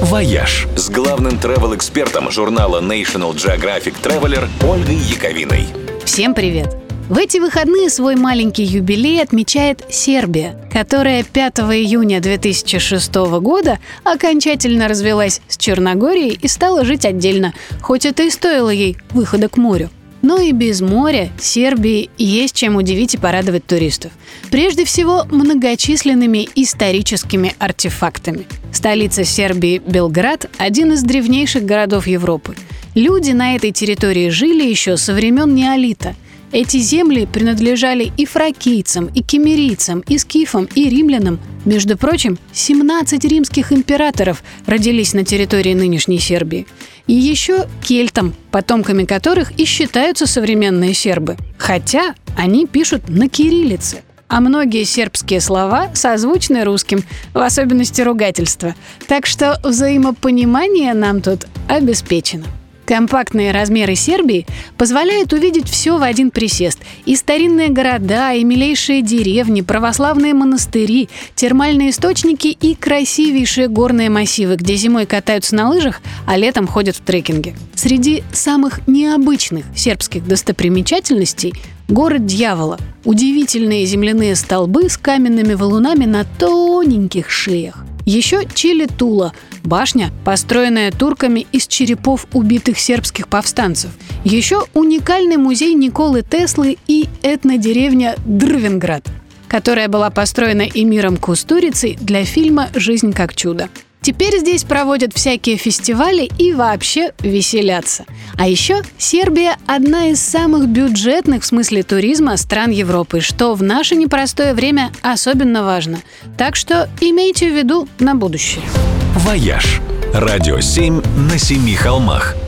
«Вояж» с главным travel-экспертом журнала National Geographic Traveler Ольгой Яковиной. Всем привет! В эти выходные свой маленький юбилей отмечает Сербия, которая 5 июня 2006 года окончательно развелась с Черногорией и стала жить отдельно, хоть это и стоило ей выхода к морю. Но и без моря Сербии есть чем удивить и порадовать туристов. Прежде всего, многочисленными историческими артефактами. Столица Сербии Белград – один из древнейших городов Европы. Люди на этой территории жили еще со времен неолита. Эти земли принадлежали и фракийцам, и киммерийцам, и скифам, и римлянам. Между прочим, 17 римских императоров родились на территории нынешней Сербии. И еще кельтам, потомками которых и считаются современные сербы. Хотя они пишут на кириллице. А многие сербские слова созвучны русским, в особенности ругательства. Так что взаимопонимание нам тут обеспечено. Компактные размеры Сербии позволяют увидеть все в один присест. И старинные города, и милейшие деревни, православные монастыри, термальные источники и красивейшие горные массивы, где зимой катаются на лыжах, а летом ходят в трекинге. Среди самых необычных сербских достопримечательностей – город Дьявола. Удивительные земляные столбы с каменными валунами на тоненьких шеях. Еще Чили-Тула – башня, построенная турками из черепов убитых сербских повстанцев. Еще уникальный музей Николы Теслы и этнодеревня Дрвенград, которая была построена эмиром Кустурицей для фильма «Жизнь как чудо». Теперь здесь проводят всякие фестивали и вообще веселятся. А еще Сербия – одна из самых бюджетных в смысле туризма стран Европы, что в наше непростое время особенно важно. Так что имейте в виду на будущее. «Вояж» – радио 7 на 7 холмах.